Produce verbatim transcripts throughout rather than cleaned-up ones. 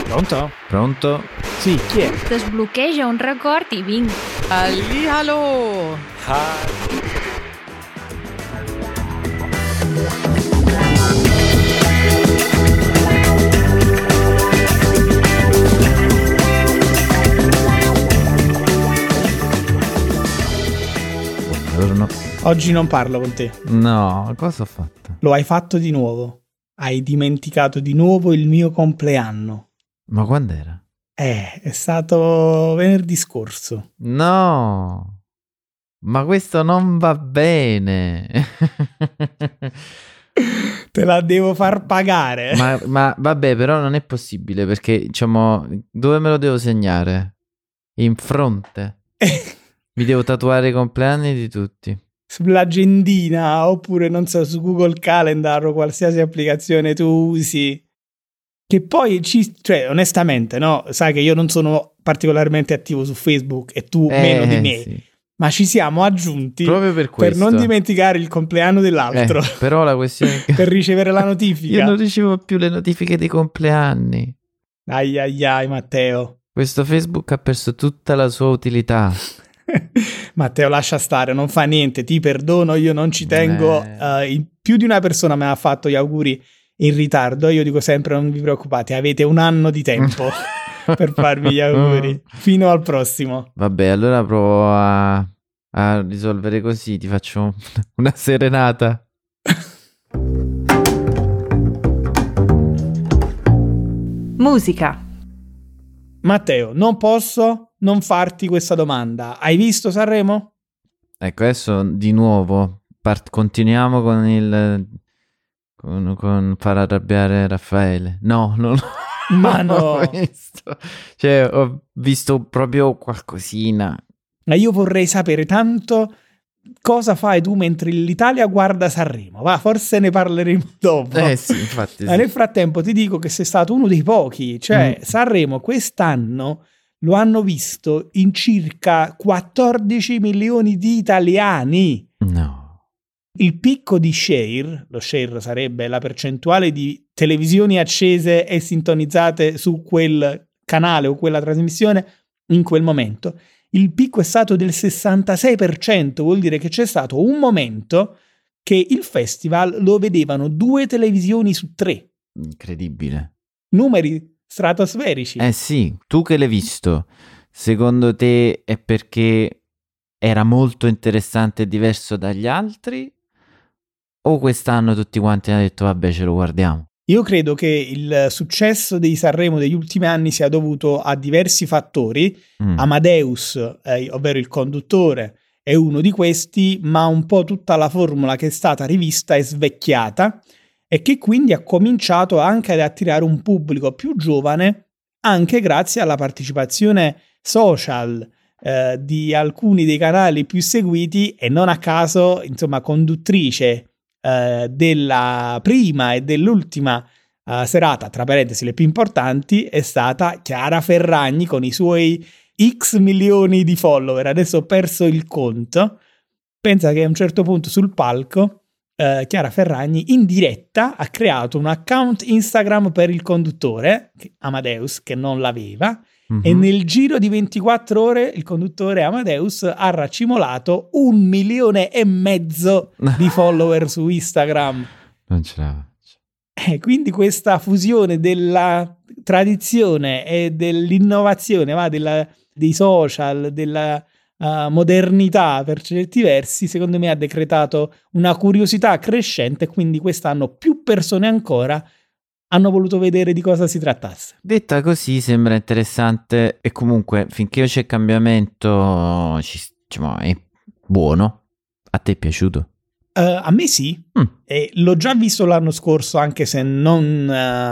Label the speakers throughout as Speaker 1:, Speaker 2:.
Speaker 1: Pronto?
Speaker 2: Pronto?
Speaker 1: Sì, chi è?
Speaker 3: Desbloqueja un record i vinc.
Speaker 4: Hallihallo!
Speaker 2: Buongiorno.
Speaker 1: Oggi non parlo con te.
Speaker 2: No, cosa ho fatto?
Speaker 1: Lo hai fatto di nuovo. Hai dimenticato di nuovo il mio compleanno.
Speaker 2: Ma quando era?
Speaker 1: Eh, è stato venerdì scorso.
Speaker 2: No, ma questo non va bene.
Speaker 1: Te la devo far pagare.
Speaker 2: ma, ma vabbè, però non è possibile perché, diciamo, dove me lo devo segnare? In fronte. Mi devo tatuare i compleanni di tutti.
Speaker 1: Sull'agendina, oppure non so, su Google Calendar o qualsiasi applicazione tu usi. Che poi, ci, cioè, onestamente, no? Sai che io non sono particolarmente attivo su Facebook e tu
Speaker 2: Eh,
Speaker 1: meno di me.
Speaker 2: sì.
Speaker 1: Ma ci siamo aggiunti
Speaker 2: Proprio per
Speaker 1: per
Speaker 2: questo.
Speaker 1: non dimenticare il compleanno dell'altro.
Speaker 2: Eh, però la questione è che
Speaker 1: Per ricevere la notifica.
Speaker 2: io non ricevo più le notifiche dei compleanni.
Speaker 1: Ai ai ai, Matteo.
Speaker 2: Questo Facebook ha perso tutta la sua utilità.
Speaker 1: Matteo, lascia stare, non fa niente, ti perdono, io non ci tengo.
Speaker 2: Eh.
Speaker 1: Uh, in- più di una persona mi ha fatto gli auguri in ritardo. Io dico sempre: non vi preoccupate, avete un anno di tempo per farvi gli auguri. Fino al prossimo.
Speaker 2: Vabbè, allora provo a, a risolvere così. Ti faccio una serenata.
Speaker 4: Musica.
Speaker 1: Matteo, non posso non farti questa domanda. Hai visto Sanremo?
Speaker 2: Ecco, adesso di nuovo part- continuiamo con il con, con far arrabbiare Raffaele. No, non
Speaker 1: Ma
Speaker 2: non
Speaker 1: no.
Speaker 2: ho visto. Cioè, ho visto proprio qualcosina.
Speaker 1: Ma io vorrei sapere tanto cosa fai tu mentre l'Italia guarda Sanremo. Va, forse ne parleremo dopo.
Speaker 2: Eh sì, infatti
Speaker 1: Ma
Speaker 2: sì.
Speaker 1: nel frattempo ti dico che sei stato uno dei pochi. Cioè,
Speaker 2: Mm.
Speaker 1: Sanremo quest'anno lo hanno visto in circa quattordici milioni di italiani.
Speaker 2: No.
Speaker 1: Il picco di share, lo share sarebbe la percentuale di televisioni accese e sintonizzate su quel canale o quella trasmissione in quel momento. Il picco è stato del sessantasei per cento, vuol dire che c'è stato un momento che il festival lo vedevano due televisioni su tre.
Speaker 2: Incredibile.
Speaker 1: Numeri stratosferici.
Speaker 2: Eh sì, tu che l'hai visto, secondo te è perché era molto interessante e diverso dagli altri? O quest'anno tutti quanti hanno detto vabbè ce lo guardiamo?
Speaker 1: Io credo che il successo dei Sanremo degli ultimi anni sia dovuto a diversi fattori.
Speaker 2: Mm.
Speaker 1: Amadeus, eh, ovvero il conduttore, è uno di questi, ma un po' tutta la formula che è stata rivista è svecchiata e che quindi ha cominciato anche ad attirare un pubblico più giovane, anche grazie alla partecipazione social eh, di alcuni dei canali più seguiti e non a caso, insomma, conduttrice eh, della prima e dell'ultima eh, serata, tra parentesi le più importanti, è stata Chiara Ferragni con i suoi X milioni di follower. Adesso ho perso il conto. Pensa che a un certo punto sul palco eh, Chiara Ferragni in diretta ha creato un account Instagram per il conduttore Amadeus, che non l'aveva.
Speaker 2: Mhm.
Speaker 1: E nel giro di ventiquattro ore il conduttore Amadeus ha racimolato un milione e mezzo di follower su Instagram.
Speaker 2: Non ce la faccio.
Speaker 1: E quindi questa fusione della tradizione e dell'innovazione, va, della, dei social, della uh, modernità per certi versi, secondo me ha decretato una curiosità crescente, quindi quest'anno più persone ancora hanno voluto vedere di cosa si trattasse.
Speaker 2: Detta così sembra interessante e comunque finché c'è cambiamento ci, diciamo, è buono. A te è piaciuto?
Speaker 1: Uh, a me sì,
Speaker 2: Mm.
Speaker 1: e l'ho già visto l'anno scorso, anche se non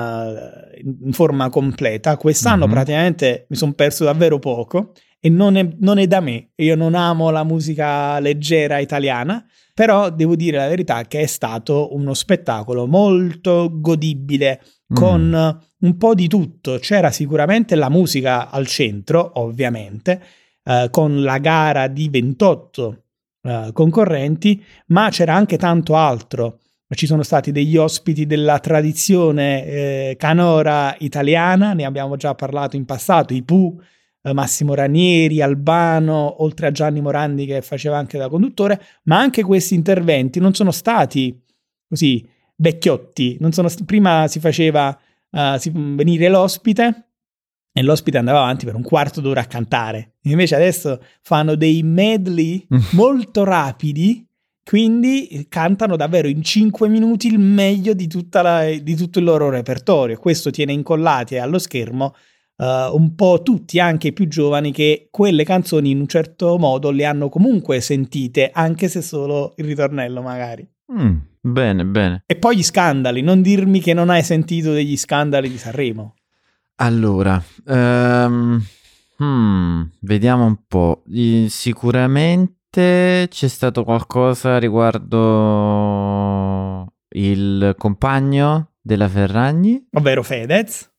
Speaker 1: uh, in forma completa. Quest'anno
Speaker 2: Mhm.
Speaker 1: praticamente mi sono perso davvero poco e non è, non è da me. Io non amo la musica leggera italiana, però devo dire la verità che è stato uno spettacolo molto godibile, con
Speaker 2: Mm.
Speaker 1: un po' di tutto. C'era sicuramente la musica al centro, ovviamente, uh, con la gara di ventotto Uh, concorrenti, ma c'era anche tanto altro. ci sono stati degli ospiti della tradizione eh, canora italiana, ne abbiamo già parlato in passato, i Pooh, eh, Massimo Ranieri, Albano, oltre a Gianni Morandi che faceva anche da conduttore, ma anche questi interventi non sono stati così vecchiotti, non sono st- prima si faceva uh, si, venire l'ospite e l'ospite andava avanti per un quarto d'ora a cantare, invece adesso fanno dei medley molto rapidi. Quindi cantano davvero in cinque minuti il meglio di, tutta la, di tutto il loro repertorio. Questo tiene incollati allo schermo uh, un po' tutti, anche i più giovani, che quelle canzoni in un certo modo le hanno comunque sentite, anche se solo il ritornello magari.
Speaker 2: Mm, bene, bene.
Speaker 1: E poi gli scandali, non dirmi che non hai sentito degli scandali di Sanremo.
Speaker 2: Allora, um, hmm, vediamo un po'. I, sicuramente c'è stato qualcosa riguardo il compagno della Ferragni,
Speaker 1: ovvero Fedez.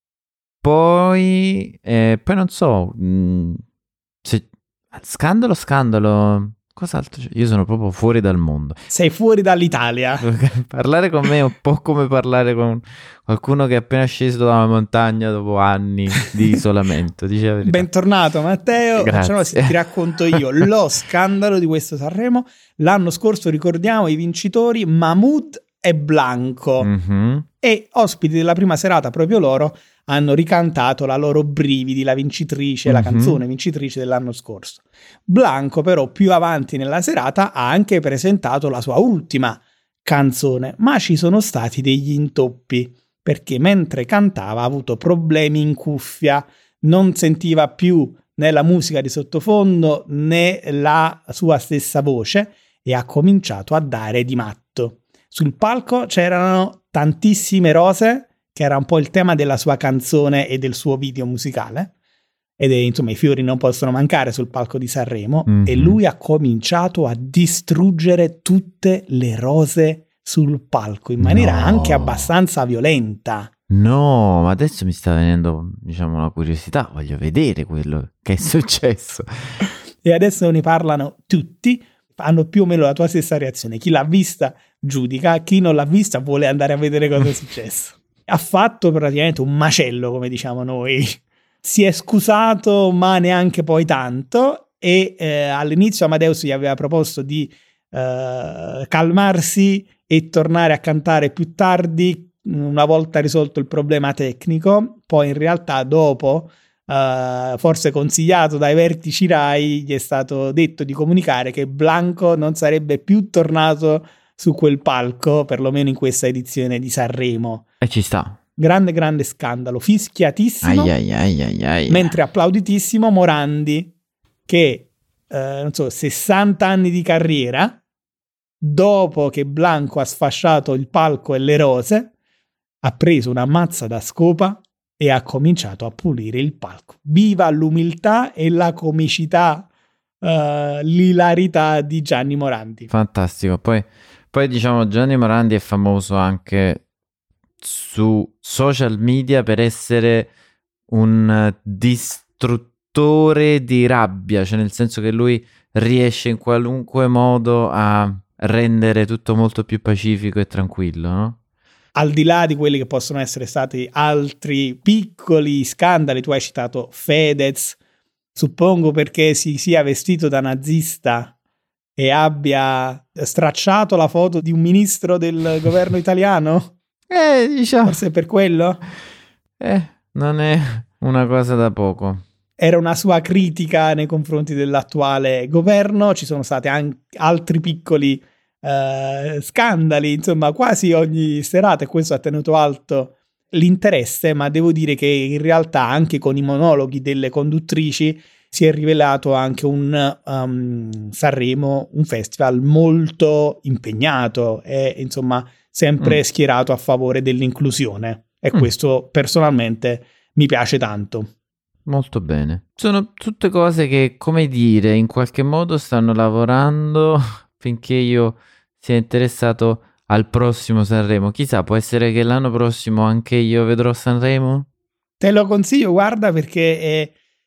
Speaker 2: Poi, eh, poi non so, mh, se, scandalo, scandalo, cos'altro c'è? Io sono proprio fuori dal mondo.
Speaker 1: Sei fuori dall'Italia.
Speaker 2: Parlare con me è un po' come parlare con qualcuno che è appena sceso dalla montagna dopo anni di isolamento. Dice la verità.
Speaker 1: Bentornato Matteo. Facciamo, ti racconto io lo scandalo di questo Sanremo. L'anno scorso, ricordiamo, i vincitori Mahmood e Blanco.
Speaker 2: Mm-hmm.
Speaker 1: E ospiti della prima serata, proprio loro, hanno ricantato la loro Brividi, la vincitrice, mm-hmm. la canzone vincitrice dell'anno scorso. Blanco però più avanti nella serata ha anche presentato la sua ultima canzone, ma ci sono stati degli intoppi, perché mentre cantava ha avuto problemi in cuffia, non sentiva più né la musica di sottofondo né la sua stessa voce e ha cominciato a dare di matto. Sul palco c'erano tantissime rose, che era un po' il tema della sua canzone e del suo video musicale, ed è, insomma, i fiori non possono mancare sul palco di Sanremo, mm-hmm. e lui ha cominciato a distruggere tutte le rose sul palco in maniera no. anche abbastanza violenta.
Speaker 2: No, ma adesso mi sta venendo, diciamo, la curiosità, voglio vedere quello che è successo.
Speaker 1: E adesso ne parlano tutti, hanno più o meno la tua stessa reazione. Chi l'ha vista giudica, chi non l'ha vista vuole andare a vedere cosa è successo. Ha fatto praticamente un macello, come diciamo noi. Si è scusato, ma neanche poi tanto, e eh, all'inizio Amadeus gli aveva proposto di eh, calmarsi e tornare a cantare più tardi, una volta risolto il problema tecnico. Poi in realtà dopo, eh, forse consigliato dai vertici Rai, gli è stato detto di comunicare che Blanco non sarebbe più tornato su quel palco, perlomeno in questa edizione di Sanremo.
Speaker 2: E ci sta.
Speaker 1: Grande, grande scandalo, fischiatissimo,
Speaker 2: ai ai ai ai ai.
Speaker 1: Mentre applauditissimo Morandi, che, eh, non so, sessanta anni di carriera, dopo che Blanco ha sfasciato il palco e le rose, ha preso una mazza da scopa e ha cominciato a pulire il palco. Viva l'umiltà e la comicità, uh, l'ilarità di Gianni Morandi.
Speaker 2: Fantastico. Poi, poi diciamo, Gianni Morandi è famoso anche su social media per essere un distruttore di rabbia, cioè nel senso che lui riesce in qualunque modo a rendere tutto molto più pacifico e tranquillo, no?
Speaker 1: Al di là di quelli che possono essere stati altri piccoli scandali, tu hai citato Fedez, suppongo perché si sia vestito da nazista e abbia stracciato la foto di un ministro del governo italiano?
Speaker 2: Eh, diciamo.
Speaker 1: Forse per quello?
Speaker 2: Eh, non è una cosa da poco.
Speaker 1: Era una sua critica nei confronti dell'attuale governo. Ci sono stati anche altri piccoli uh, scandali, insomma, quasi ogni serata, e questo ha tenuto alto l'interesse, ma devo dire che in realtà anche con i monologhi delle conduttrici si è rivelato anche un um, Sanremo, un festival molto impegnato e, insomma, sempre mm. schierato a favore dell'inclusione, e mm. questo personalmente mi piace tanto.
Speaker 2: Molto bene. Sono tutte cose che, come dire, in qualche modo stanno lavorando finché io sia interessato al prossimo Sanremo. Chissà, può essere che l'anno prossimo anche io vedrò Sanremo?
Speaker 1: Te lo consiglio, guarda, perché è,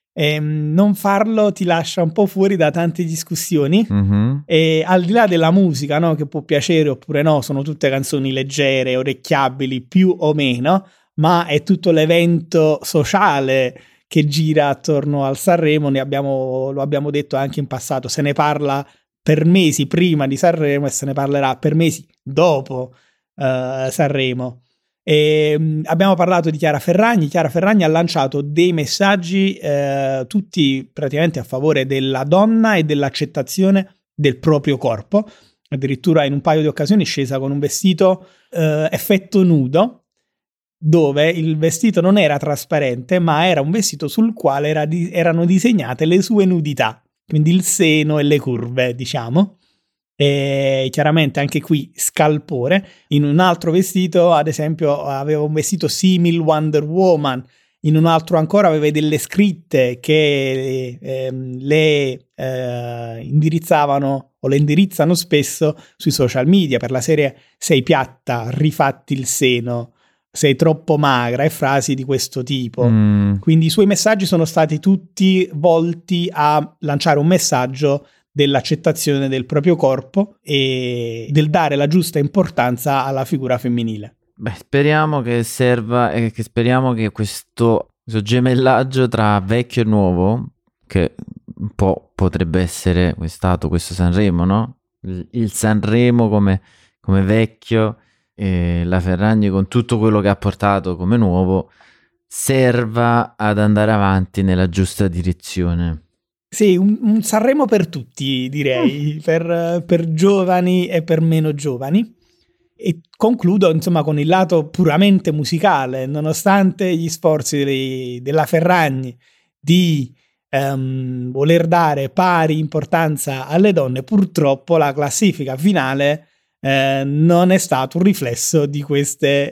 Speaker 1: E non farlo ti lascia un po' fuori da tante discussioni.
Speaker 2: Mm-hmm.
Speaker 1: E al di là della musica, no, che può piacere oppure no, sono tutte canzoni leggere, orecchiabili, più o meno, ma è tutto l'evento sociale che gira attorno al Sanremo. Ne abbiamo, lo abbiamo detto anche in passato, se ne parla per mesi prima di Sanremo e se ne parlerà per mesi dopo uh, Sanremo. E, um, abbiamo parlato di Chiara Ferragni. Chiara Ferragni ha lanciato dei messaggi uh, tutti praticamente a favore della donna e dell'accettazione del proprio corpo. Addirittura in un paio di occasioni è scesa con un vestito uh, effetto nudo, dove il vestito non era trasparente, ma era un vestito sul quale era di- erano disegnate le sue nudità, quindi il seno e le curve, diciamo. E chiaramente anche qui scalpore. In un altro vestito, ad esempio, aveva un vestito simil Wonder Woman, in un altro ancora aveva delle scritte che eh, le eh, indirizzavano o le indirizzano spesso sui social media, per la serie "sei piatta, rifatti il seno", "sei troppo magra", e frasi di questo tipo.
Speaker 2: Mm.
Speaker 1: Quindi i suoi messaggi sono stati tutti volti a lanciare un messaggio dell'accettazione del proprio corpo e del dare la giusta importanza alla figura femminile.
Speaker 2: Beh, speriamo che serva e che speriamo che questo, questo gemellaggio tra vecchio e nuovo, che un po' potrebbe essere stato questo Sanremo, no? Il, il Sanremo come, come vecchio, e la Ferragni con tutto quello che ha portato come nuovo, serva ad andare avanti nella giusta direzione.
Speaker 1: Sì, un, un Sanremo per tutti, direi, mm. per, per giovani e per meno giovani. E concludo, insomma, con il lato puramente musicale. Nonostante gli sforzi dei, della Ferragni di um, voler dare pari importanza alle donne, purtroppo la classifica finale Eh, non è stato un riflesso di queste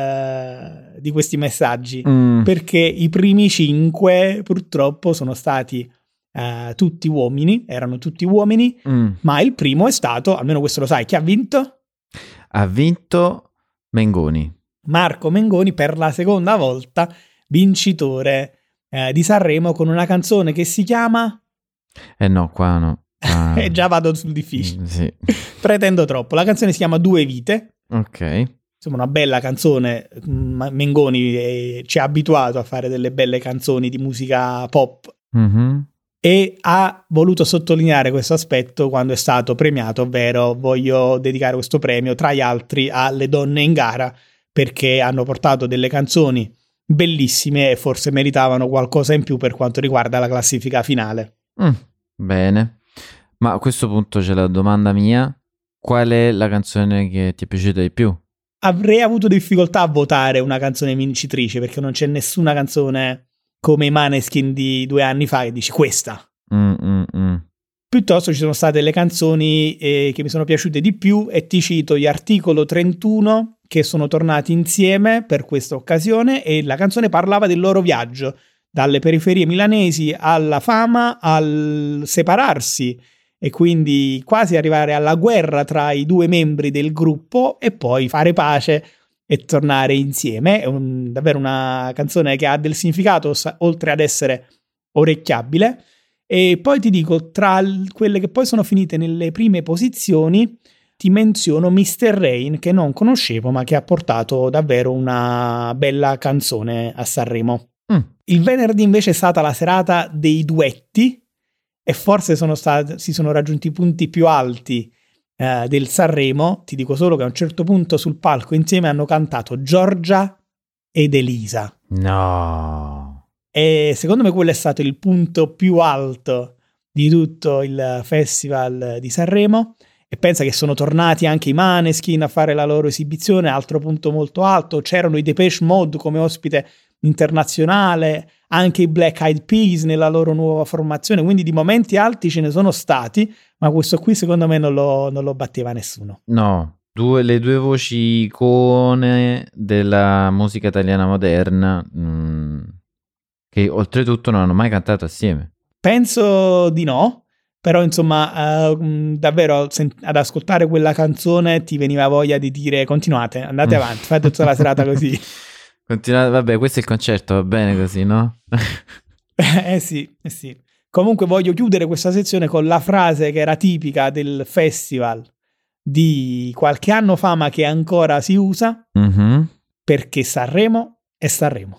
Speaker 1: eh, di questi messaggi,
Speaker 2: mm.
Speaker 1: perché i primi cinque purtroppo sono stati eh, tutti uomini, erano tutti uomini,
Speaker 2: mm.
Speaker 1: ma il primo è stato, almeno questo lo sai, chi ha vinto?
Speaker 2: Ha vinto Mengoni.
Speaker 1: Marco Mengoni, per la seconda volta vincitore eh, di Sanremo, con una canzone che si chiama
Speaker 2: Eh no, qua no. Ah.
Speaker 1: E già vado sul difficile.
Speaker 2: Sì.
Speaker 1: Pretendo troppo. La canzone si chiama Due vite.
Speaker 2: Ok.
Speaker 1: Insomma, una bella canzone. Mengoni eh, ci ha abituato a fare delle belle canzoni di musica pop.
Speaker 2: Mm-hmm.
Speaker 1: E ha voluto sottolineare questo aspetto quando è stato premiato, ovvero: voglio dedicare questo premio tra gli altri alle donne in gara, perché hanno portato delle canzoni bellissime e forse meritavano qualcosa in più per quanto riguarda la classifica finale.
Speaker 2: Mm, bene. Ma a questo punto c'è la domanda mia: qual è la canzone che ti è piaciuta di più?
Speaker 1: Avrei avuto difficoltà a votare una canzone vincitrice, perché non c'è nessuna canzone come i Maneskin di due anni fa che dici questa.
Speaker 2: Mm, mm, mm.
Speaker 1: Piuttosto ci sono state le canzoni eh, che mi sono piaciute di più, e ti cito gli Articolo trentuno, che sono tornati insieme per questa occasione, e la canzone parlava del loro viaggio dalle periferie milanesi alla fama, al separarsi e quindi quasi arrivare alla guerra tra i due membri del gruppo e poi fare pace e tornare insieme. È un, davvero una canzone che ha del significato, oltre ad essere orecchiabile. E poi ti dico, tra l- quelle che poi sono finite nelle prime posizioni, ti menziono mister Rain, che non conoscevo ma che ha portato davvero una bella canzone a Sanremo.
Speaker 2: Mm.
Speaker 1: Il venerdì invece è stata la serata dei duetti, e forse sono stati, si sono raggiunti i punti più alti eh, del Sanremo. Ti dico solo che a un certo punto sul palco insieme hanno cantato Giorgia ed Elisa.
Speaker 2: No.
Speaker 1: E secondo me quello è stato il punto più alto di tutto il festival di Sanremo. E pensa che sono tornati anche i Maneskin a fare la loro esibizione, altro punto molto alto. C'erano i Depeche Mode come ospite internazionale, anche i Black Eyed Peas nella loro nuova formazione, quindi di momenti alti ce ne sono stati, ma questo qui secondo me non lo, non lo batteva nessuno.
Speaker 2: No, due, le due voci icone della musica italiana moderna, mh, che oltretutto non hanno mai cantato assieme.
Speaker 1: Penso di no, però insomma uh, davvero sent- ad ascoltare quella canzone ti veniva voglia di dire continuate, andate avanti, fate tutta la serata così.
Speaker 2: Continuate, vabbè, questo è il concerto, va bene così, no?
Speaker 1: Eh sì, eh sì. Comunque voglio chiudere questa sezione con la frase che era tipica del festival di qualche anno fa, ma che ancora si usa,
Speaker 2: mm-hmm.
Speaker 1: perché Sanremo è Sanremo.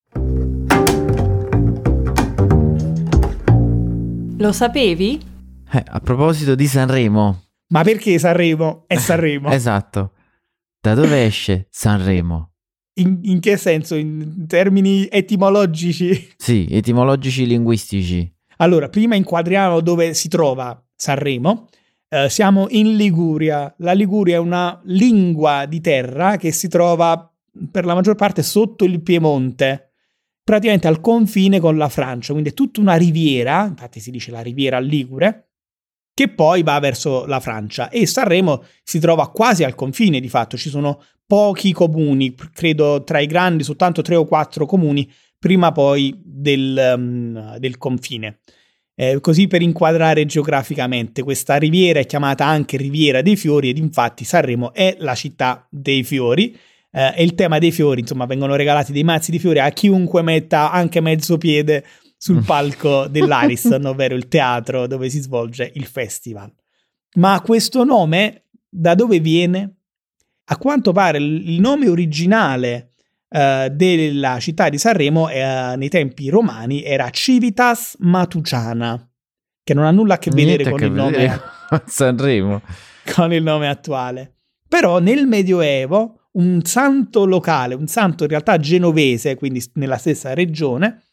Speaker 4: Lo sapevi?
Speaker 2: Eh, a proposito di Sanremo.
Speaker 1: Ma perché Sanremo è Sanremo?
Speaker 2: Esatto. Da dove esce Sanremo?
Speaker 1: In, in che senso? In termini etimologici?
Speaker 2: Sì, etimologici linguistici.
Speaker 1: Allora, prima inquadriamo dove si trova Sanremo. Eh, siamo in Liguria. La Liguria è una lingua di terra che si trova per la maggior parte sotto il Piemonte, praticamente al confine con la Francia, quindi è tutta una riviera, infatti si dice la riviera ligure, che poi va verso la Francia, e Sanremo si trova quasi al confine, di fatto ci sono pochi comuni, credo tra i grandi soltanto tre o quattro comuni prima poi del, um, del confine. Eh, così per inquadrare geograficamente, questa riviera è chiamata anche Riviera dei Fiori ed infatti Sanremo è la città dei fiori. Eh, e il tema dei fiori, insomma, vengono regalati dei mazzi di fiori a chiunque metta anche mezzo piede sul palco dell'Ariston, ovvero il teatro dove si svolge il festival. Ma questo nome da dove viene? A quanto pare il nome originale uh, della città di Sanremo uh, nei tempi romani era Civitas Matucana, che non ha nulla a che vedere con il nome
Speaker 2: Sanremo,
Speaker 1: con il nome attuale. Però nel Medioevo un santo locale, un santo in realtà genovese, quindi nella stessa regione,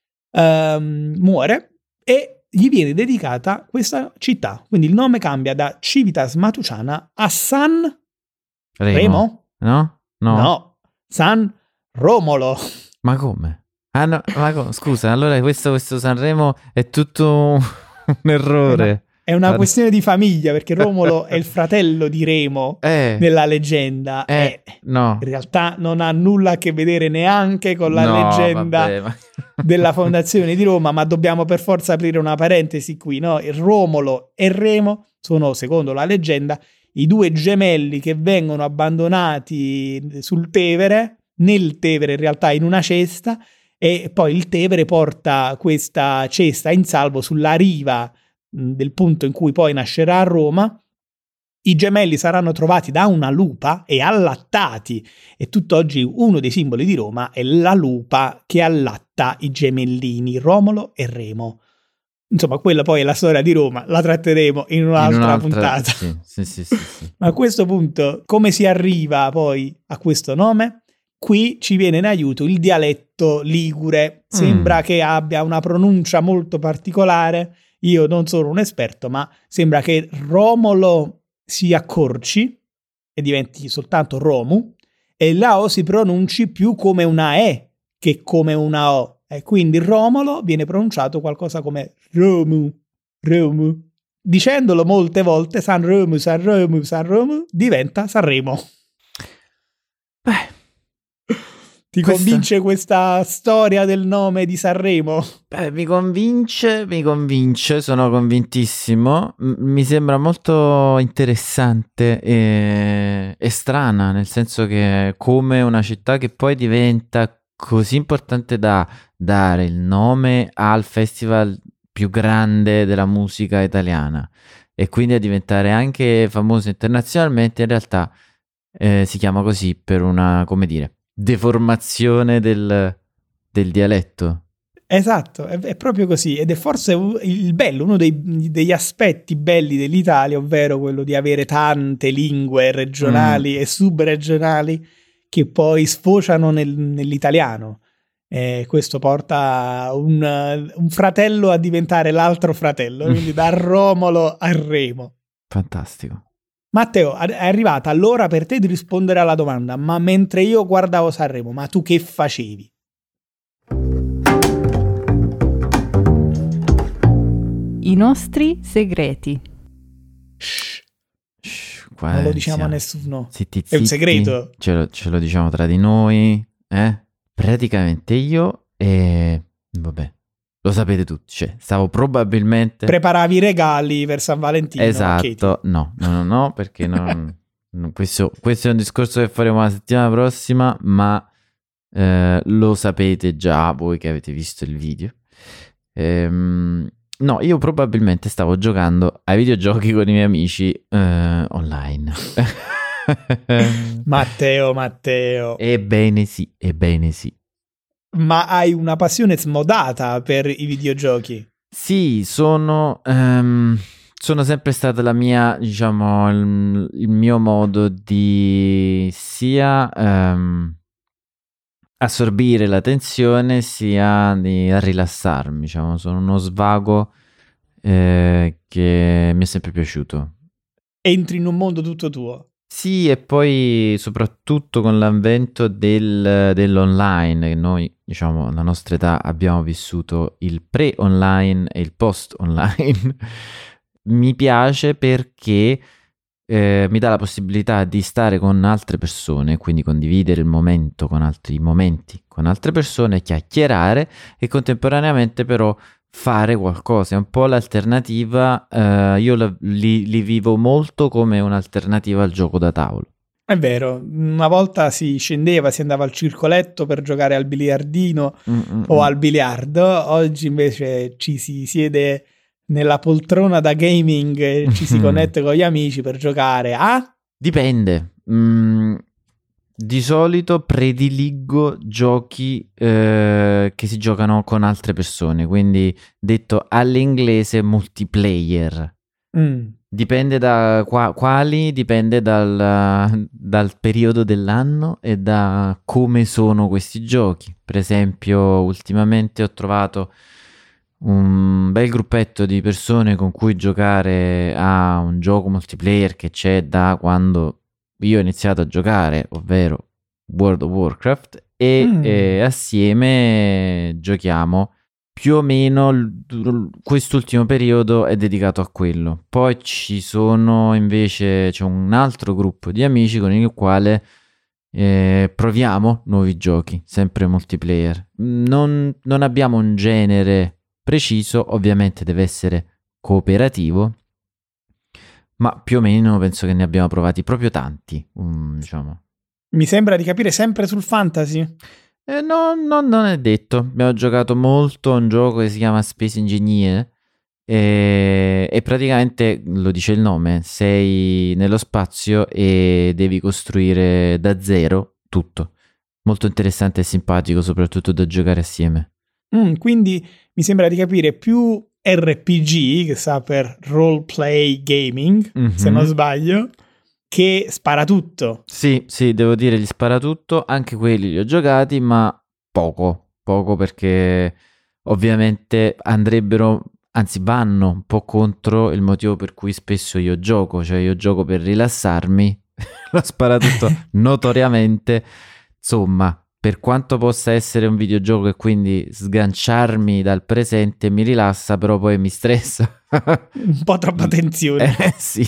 Speaker 1: um, muore e gli viene dedicata questa città. Quindi il nome cambia da Civitas Matucana a San
Speaker 2: Remo.
Speaker 1: Remo?
Speaker 2: No? No.
Speaker 1: No, San Romolo.
Speaker 2: Ma come? Ah, no, ma come? Scusa, allora questo, questo Sanremo è tutto un errore.
Speaker 1: È una questione di famiglia, perché Romolo è il fratello di Remo
Speaker 2: eh,
Speaker 1: nella leggenda.
Speaker 2: Eh,
Speaker 1: e
Speaker 2: no.
Speaker 1: In realtà non ha nulla a che vedere neanche con la
Speaker 2: no,
Speaker 1: leggenda
Speaker 2: vabbè, ma...
Speaker 1: della fondazione di Roma, ma dobbiamo per forza aprire una parentesi qui, no? Il Romolo e Remo sono, secondo la leggenda, i due gemelli che vengono abbandonati sul Tevere, nel Tevere in realtà in una cesta, e poi il Tevere porta questa cesta in salvo sulla riva del punto in cui poi nascerà Roma. I gemelli saranno trovati da una lupa e allattati, e tutt'oggi uno dei simboli di Roma è la lupa che allatta i gemellini Romolo e Remo. Insomma, quella poi è la storia di Roma, la tratteremo in un'altra, in un'altra puntata.
Speaker 2: Sì, sì, sì, sì, sì.
Speaker 1: Ma a questo punto, come si arriva poi a questo nome? Qui ci viene in aiuto il dialetto ligure. Sembra mm. che abbia una pronuncia molto particolare. Io non sono un esperto, ma sembra che Romolo si accorci e diventi soltanto Romu, e la O si pronunci più come una E che come una O. E quindi Romolo viene pronunciato qualcosa come Romu, Romu. Dicendolo molte volte, San Romu, San Romu, San Romu, diventa Sanremo.
Speaker 2: Beh,
Speaker 1: ti questa... convince questa storia del nome di Sanremo?
Speaker 2: Beh, mi convince, mi convince, sono convintissimo. M- mi sembra molto interessante e... e strana, nel senso che come una città che poi diventa così importante da dare il nome al festival più grande della musica italiana e quindi a diventare anche famoso internazionalmente, in realtà eh, si chiama così per una, come dire, deformazione del, del dialetto.
Speaker 1: Esatto, è, è proprio così, ed è forse il bello, uno dei, degli aspetti belli dell'Italia, ovvero quello di avere tante lingue regionali mm. e subregionali che poi sfociano nel, nell'italiano. E questo porta un, un fratello a diventare l'altro fratello, quindi da Romolo a Remo.
Speaker 2: Fantastico.
Speaker 1: Matteo, è arrivata l'ora per te di rispondere alla domanda: ma mentre io guardavo Sanremo, ma tu che facevi?
Speaker 4: I nostri segreti.
Speaker 1: Shh.
Speaker 2: Shh,
Speaker 1: non lo diciamo siamo. a nessuno.
Speaker 2: Zitti, zitti.
Speaker 1: È un segreto.
Speaker 2: Ce lo, ce lo diciamo tra di noi, eh? Praticamente io e... vabbè, lo sapete tutti, cioè, stavo probabilmente...
Speaker 1: Preparavi i regali per San Valentino.
Speaker 2: Esatto, no, no, no, no, perché non... no, questo, questo è un discorso che faremo la settimana prossima, ma eh, lo sapete già voi che avete visto il video. Ehm, no, io probabilmente stavo giocando ai videogiochi con i miei amici eh, online.
Speaker 1: Matteo, Matteo.
Speaker 2: Ebbene sì, ebbene sì.
Speaker 1: Ma hai una passione smodata per i videogiochi?
Speaker 2: Sì, sono, ehm, sono sempre stata la mia, diciamo, il, il mio modo di sia ehm, assorbire la tensione sia di rilassarmi, diciamo, sono uno svago eh, che mi è sempre piaciuto.
Speaker 1: Entri in un mondo tutto tuo.
Speaker 2: Sì, e poi soprattutto con l'avvento del, dell'online, che noi, diciamo, alla nostra età abbiamo vissuto il pre-online e il post-online, mi piace perché eh, mi dà la possibilità di stare con altre persone, quindi condividere il momento con altri momenti con altre persone, chiacchierare e contemporaneamente però fare qualcosa. È un po' l'alternativa, eh, io la- li, li vivo molto come un'alternativa al gioco da tavolo.
Speaker 1: È vero, una volta si scendeva, si andava al circoletto per giocare al biliardino
Speaker 2: Mm-mm-mm.
Speaker 1: o al biliardo, oggi invece ci si siede nella poltrona da gaming e ci si connette con gli amici per giocare a...
Speaker 2: Dipende. Mm, di solito prediligo giochi eh, che si giocano con altre persone, quindi detto all'inglese multiplayer.
Speaker 1: Mm.
Speaker 2: Dipende da qua- quali, dipende dal, dal periodo dell'anno e da come sono questi giochi. Per esempio, ultimamente ho trovato un bel gruppetto di persone con cui giocare a un gioco multiplayer che c'è da quando io ho iniziato a giocare, ovvero World of Warcraft, e
Speaker 1: Mm.
Speaker 2: eh, assieme giochiamo. Più o meno l- quest'ultimo periodo è dedicato a quello. Poi ci sono invece, c'è un altro gruppo di amici con il quale eh, proviamo nuovi giochi, sempre multiplayer. Non, non abbiamo un genere preciso, ovviamente deve essere cooperativo, ma più o meno penso che ne abbiamo provati proprio tanti, um, diciamo.
Speaker 1: Mi sembra di capire sempre sul fantasy.
Speaker 2: Eh, no, no, non è detto. Abbiamo giocato molto a un gioco che si chiama Space Engineer e, e praticamente, lo dice il nome, sei nello spazio e devi costruire da zero tutto. Molto interessante e simpatico, soprattutto da giocare assieme.
Speaker 1: Mm, quindi mi sembra di capire più R P G, che sta per Role Play Gaming,
Speaker 2: Mhm.
Speaker 1: se non sbaglio, che spara tutto.
Speaker 2: Sì, sì, devo dire, gli sparatutto, anche quelli li ho giocati, ma poco, poco perché ovviamente andrebbero, anzi vanno un po' contro il motivo per cui spesso io gioco, cioè io gioco per rilassarmi, lo sparatutto notoriamente, insomma, per quanto possa essere un videogioco e quindi sganciarmi dal presente mi rilassa, però poi mi stressa.
Speaker 1: Un po' troppa tensione.
Speaker 2: Eh sì.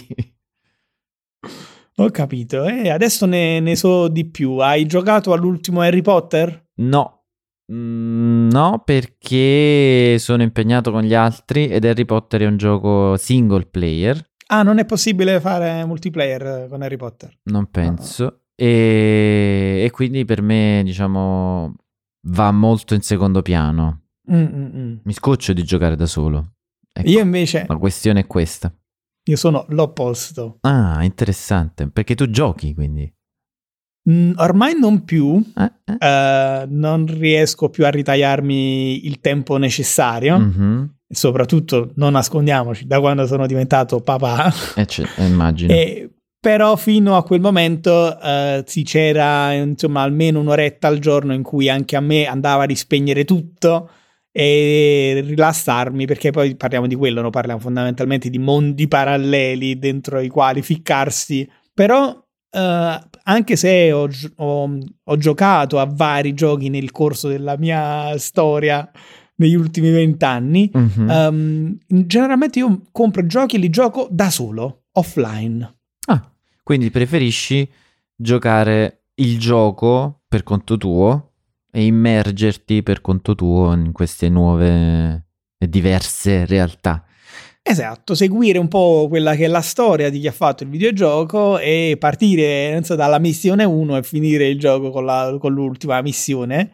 Speaker 1: Ho capito. E adesso ne, ne so di più. Hai giocato all'ultimo Harry Potter?
Speaker 2: No, Mm, no, perché sono impegnato con gli altri ed Harry Potter è un gioco single player,
Speaker 1: Ah, non è possibile fare multiplayer con Harry Potter.
Speaker 2: non penso, e, e quindi per me, diciamo, va molto in secondo piano.
Speaker 1: Mm, mm, mm.
Speaker 2: Mi scoccio di giocare da solo. Ecco,
Speaker 1: Io invece,
Speaker 2: la questione è questa.
Speaker 1: io sono l'opposto.
Speaker 2: Ah, interessante, perché tu giochi, quindi.
Speaker 1: Mm, ormai non più,
Speaker 2: Eh, eh.
Speaker 1: eh, non riesco più a ritagliarmi il tempo necessario.
Speaker 2: Mhm.
Speaker 1: Soprattutto, non nascondiamoci, da quando sono diventato papà.
Speaker 2: Eh, c'è- eh, immagino.
Speaker 1: E, però fino a quel momento eh, sì, c'era insomma almeno un'oretta al giorno in cui anche a me andava di spegnere tutto e rilassarmi, perché poi parliamo di quello, no? Parliamo fondamentalmente di mondi paralleli dentro i quali ficcarsi. Però eh, anche se ho, gio- ho- ho giocato a vari giochi nel corso della mia storia negli ultimi vent'anni,
Speaker 2: Mhm.
Speaker 1: um, generalmente io compro giochi e li gioco da solo, offline.
Speaker 2: Ah, quindi preferisci giocare il gioco per conto tuo e immergerti per conto tuo in queste nuove e diverse realtà.
Speaker 1: Esatto, seguire un po' quella che è la storia di chi ha fatto il videogioco e partire non so, dalla missione uno e finire il gioco con, la, con l'ultima missione.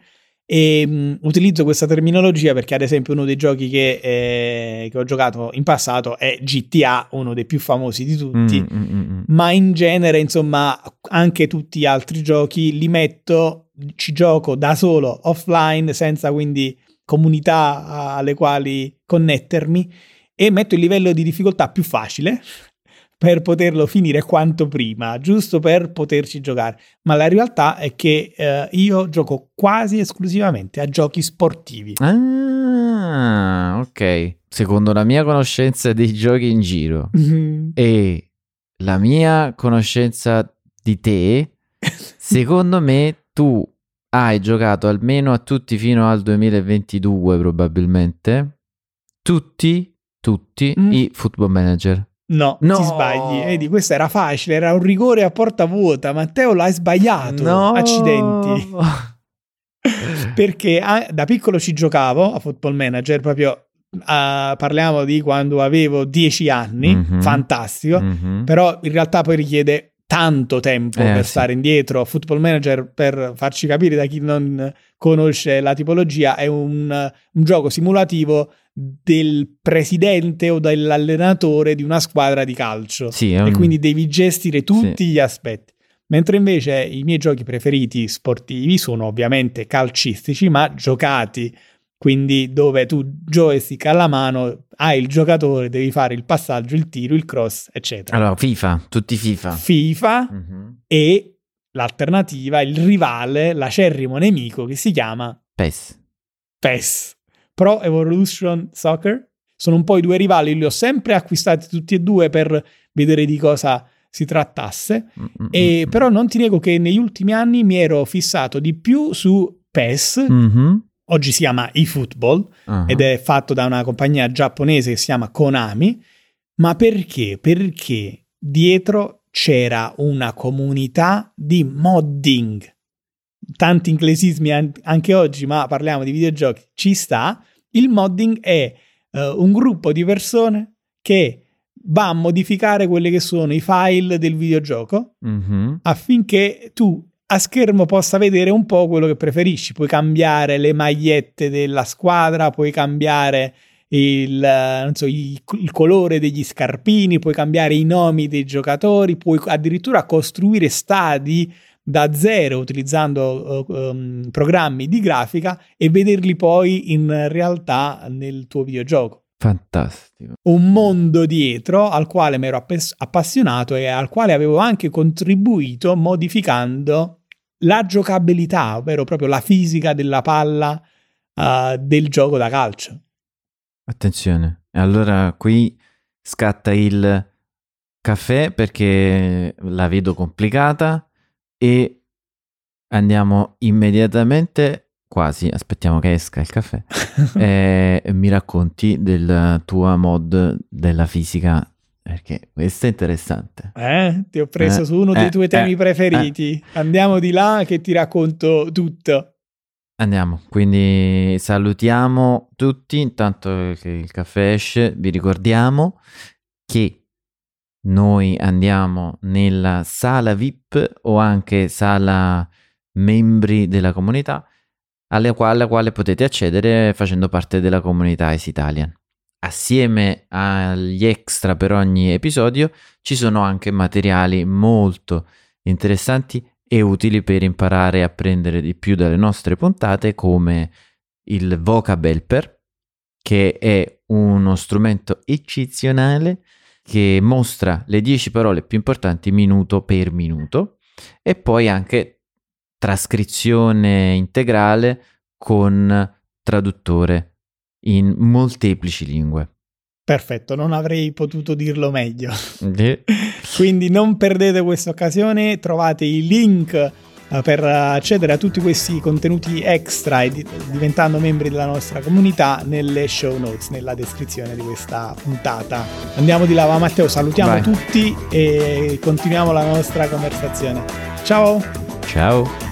Speaker 1: E mh, utilizzo questa terminologia perché ad esempio uno dei giochi che, eh, che ho giocato in passato è G T A, uno dei più famosi di tutti,
Speaker 2: Mm, mm, mm.
Speaker 1: ma in genere insomma anche tutti gli altri giochi li metto, ci gioco da solo offline senza quindi comunità alle quali connettermi, e metto il livello di difficoltà più facile per poterlo finire quanto prima, giusto per poterci giocare. Ma la realtà è che eh, io gioco quasi esclusivamente a giochi sportivi.
Speaker 2: Ah, ok. Secondo la mia conoscenza dei giochi in giro
Speaker 1: Mm.
Speaker 2: e la mia conoscenza di te, secondo me tu hai giocato almeno a tutti fino al duemilaventidue probabilmente, tutti, tutti
Speaker 1: Mm.
Speaker 2: i Football Manager.
Speaker 1: No,
Speaker 2: No.
Speaker 1: ti sbagli. Vedi, questo era facile, era un rigore a porta vuota. Matteo l'hai sbagliato.
Speaker 2: No.
Speaker 1: Accidenti. Perché ah, da piccolo ci giocavo a Football Manager, proprio ah, parliamo di quando avevo dieci anni,
Speaker 2: Mhm.
Speaker 1: fantastico,
Speaker 2: Mhm.
Speaker 1: però in realtà poi richiede tanto tempo
Speaker 2: Eh,
Speaker 1: per
Speaker 2: sì.
Speaker 1: stare indietro. Football Manager, per farci capire da chi non conosce la tipologia, è un, un gioco simulativo del presidente o dell'allenatore di una squadra di calcio,
Speaker 2: Sì, è
Speaker 1: e
Speaker 2: un-
Speaker 1: quindi devi gestire tutti gli aspetti. Mentre invece i miei giochi preferiti sportivi sono ovviamente calcistici, ma giocati, quindi dove tu joystick alla mano, hai il giocatore, devi fare il passaggio, il tiro, il cross, eccetera.
Speaker 2: Allora, FIFA, tutti FIFA.
Speaker 1: FIFA
Speaker 2: Mhm.
Speaker 1: e l'alternativa, il rivale, l'acerrimo nemico che si chiama
Speaker 2: PES.
Speaker 1: PES, Pro Evolution Soccer. Sono un po' i due rivali, li ho sempre acquistati tutti e due per vedere di cosa si trattasse,
Speaker 2: Mm-mm.
Speaker 1: e però non ti nego che negli ultimi anni mi ero fissato di più su PES,
Speaker 2: Mhm.
Speaker 1: oggi si chiama eFootball,
Speaker 2: Ah.
Speaker 1: ed è fatto da una compagnia giapponese che si chiama Konami. Ma perché? Perché dietro c'era una comunità di modding. Tanti inglesismi an- anche oggi, ma parliamo di videogiochi, ci sta. Il modding è eh, un gruppo di persone che va a modificare quelli che sono i file del videogioco
Speaker 2: Mhm.
Speaker 1: affinché tu a schermo possa vedere un po' quello che preferisci. Puoi cambiare le magliette della squadra, puoi cambiare il, eh, non so, il, il colore degli scarpini, puoi cambiare i nomi dei giocatori, puoi addirittura costruire stadi da zero utilizzando uh, um, programmi di grafica e vederli poi in realtà nel tuo videogioco.
Speaker 2: Fantastico.
Speaker 1: Un mondo dietro al quale mi ero app- appassionato e al quale avevo anche contribuito modificando la giocabilità, ovvero proprio la fisica della palla uh, del gioco da calcio.
Speaker 2: Attenzione. Allora qui scatta il caffè perché la vedo complicata e andiamo immediatamente, quasi, aspettiamo che esca il caffè, e mi racconti del tua mod della fisica, perché questo è interessante.
Speaker 1: Eh? Ti ho preso
Speaker 2: Eh,
Speaker 1: su uno
Speaker 2: eh,
Speaker 1: dei tuoi temi
Speaker 2: eh,
Speaker 1: preferiti. Andiamo di là che ti racconto tutto.
Speaker 2: Andiamo, quindi salutiamo tutti, intanto che il caffè esce, vi ricordiamo che noi andiamo nella sala V I P o anche sala membri della comunità, alla quale, alla quale potete accedere facendo parte della comunità Ace Italian. Assieme agli extra per ogni episodio ci sono anche materiali molto interessanti e utili per imparare a apprendere di più dalle nostre puntate, come il Vocab Helper, che è uno strumento eccezionale che mostra le dieci parole più importanti minuto per minuto, e poi anche trascrizione integrale con traduttore in molteplici lingue.
Speaker 1: Perfetto, non avrei potuto dirlo meglio.
Speaker 2: Eh,
Speaker 1: Quindi non perdete questa occasione, trovate i link eh, per accedere a tutti questi contenuti extra e di- diventando membri della nostra comunità nelle show notes, nella descrizione di questa puntata. Andiamo di là, va Matteo, salutiamo
Speaker 2: Vai.
Speaker 1: tutti e continuiamo la nostra conversazione. Ciao!
Speaker 2: Ciao!